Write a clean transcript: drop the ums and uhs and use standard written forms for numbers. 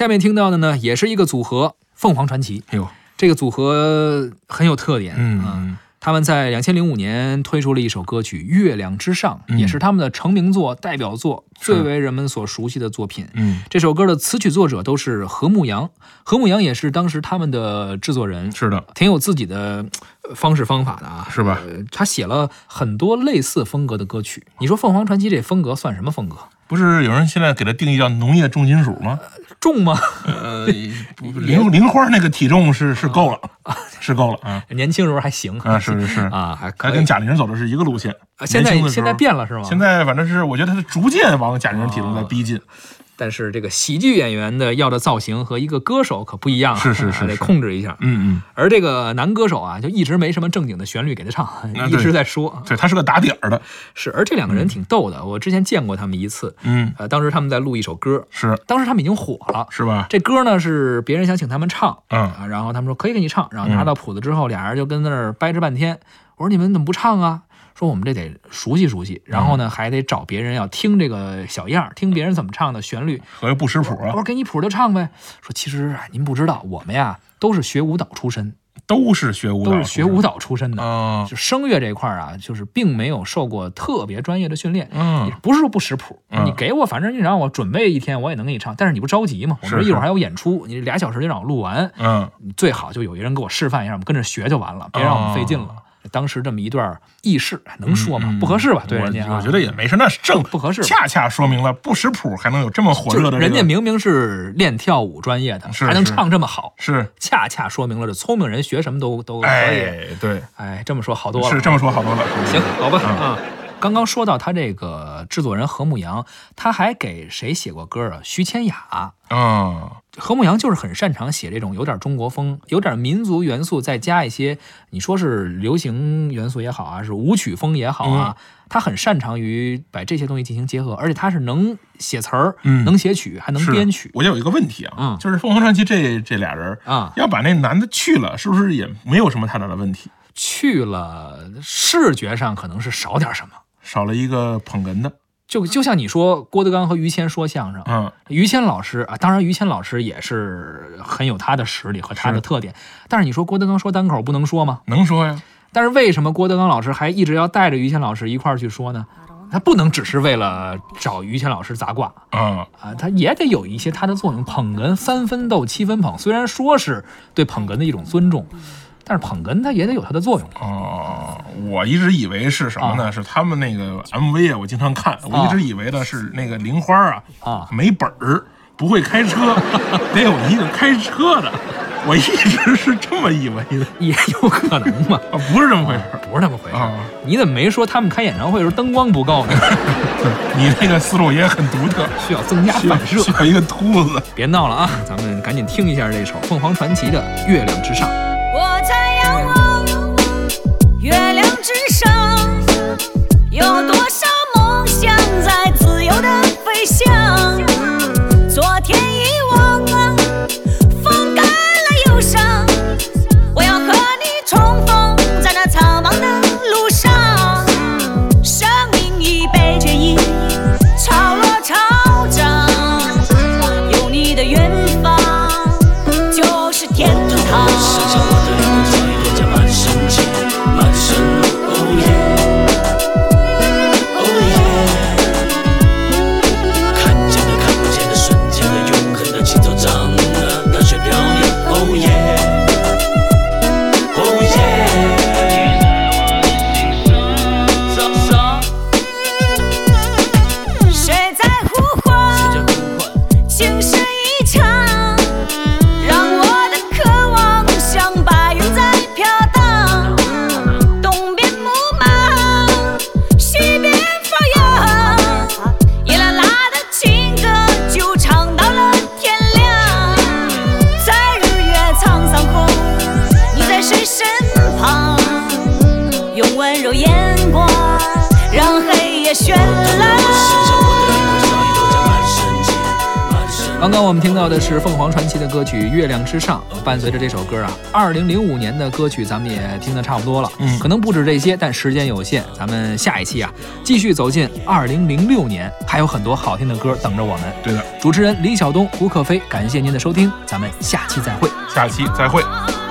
下面听到的呢，也是一个组合凤凰传奇。 哎呦， 这个组合很有特点他们在2005年推出了一首歌曲《月亮之上》，也是他们的成名作、代表作，最为人们所熟悉的作品。这首歌的词曲作者都是何牧阳，何牧阳也是当时他们的制作人， 是的， 挺有自己的方式方法的啊， 是吧？ 他写了很多类似风格的歌曲。你说凤凰传奇这风格算什么风格？ 不是有人现在给它定义叫农业重金属吗？ 重吗？ 玲花那个体重是够了，是够了啊！ 年轻时候还行啊，是啊，还跟贾玲走的是一个路线。 现在变了是吗？ 现在反正是我觉得他逐渐往贾玲体重在逼近。 但是这个喜剧演员的要的造型和一个歌手可不一样， 是得控制一下。而这个男歌手啊，就一直没什么正经的旋律给他唱，一直在说。 对，他是个打点儿的。 是，而这两个人挺逗的，我之前见过他们一次。当时他们在录一首歌， 是， 当时他们已经火了， 是吧？ 这歌呢是别人想请他们唱，然后他们说可以给你唱，然后拿到谱子之后，俩人就跟那儿掰扯半天。我说你们怎么不唱啊？说我们这得熟悉熟悉，然后呢还得找别人要听这个小样，听别人怎么唱的旋律， 合着不识谱啊？ 我说给你谱就唱呗。说其实您不知道，我们呀都是学舞蹈出身， 都是学舞蹈出身的就声乐这块啊，就是并没有受过特别专业的训练。不是说不识谱，你给我，反正你让我准备一天，我也能给你唱。但是你不着急嘛？我们一会儿还有演出，你2小时就让我录完。你最好就有一人给我示范一下，我们跟着学就完了，别让我们费劲了。当时这么一段轶事能说吗？不合适吧？对人家我觉得也没事，那是正不合适， 恰恰说明了不识谱还能有这么火热的。 人家明明是练跳舞专业的，还能唱这么好， 是恰恰说明了这聪明人学什么都可以。 对， 这么说好多了， 是这么说好多了。 行，好吧刚刚说到他这个制作人何牧阳，他还给谁写过歌啊？徐千雅何牧阳就是很擅长写这种有点中国风、有点民族元素，再加一些你说是流行元素也好啊，是舞曲风也好啊，他很擅长于把这些东西进行结合，而且他是能写词儿、能写曲，还能编曲。 我有一个问题啊，就是凤凰传奇这俩人要把那男的去了，是不是也没有什么太大的问题？ 去了，视觉上可能是少点什么， 少了一个捧哏的。 就像你说郭德纲和于谦说相声，于谦老师啊，当然于谦老师也是很有他的实力和他的特点，但是你说郭德纲说单口不能说吗？ 能说呀。 但是为什么郭德纲老师还一直要带着于谦老师一块儿去说呢？他不能只是为了找于谦老师砸挂他也得有一些他的作用。捧哏3分逗7分捧，虽然说是对捧哏的一种尊重，但是捧哏它也得有它的作用我一直以为是什么呢？是他们那个 MV 我经常看，我一直以为的是那个玲花没本儿，不会开车，得有一个开车的。我一直是这么以为的， 也有可能嘛？ 不是这么回事， 不是那么回事你怎么没说他们开演唱会的时候灯光不够呢？ 你那个思路也很独特， 需要增加反射， 需要一个秃子。 别闹了啊！咱们赶紧听一下这首凤凰传奇的《月亮之上》。 我在仰望月亮之上，有多少梦想在自由的飞翔？昨天遗忘风干了忧伤，我要和你重逢在那苍茫的路上。生命已被决议潮落潮涨，有你的远方就是天堂。 刚我们听到的是凤凰传奇的歌曲《月亮之上》，伴随着这首歌啊，2005年的歌曲咱们也听得差不多了，可能不止这些，但时间有限，咱们下一期啊继续走进2006年，还有很多好听的歌等着我们。 对的， 主持人李晓东、胡可飞，感谢您的收听，咱们下期再会。 下期再会。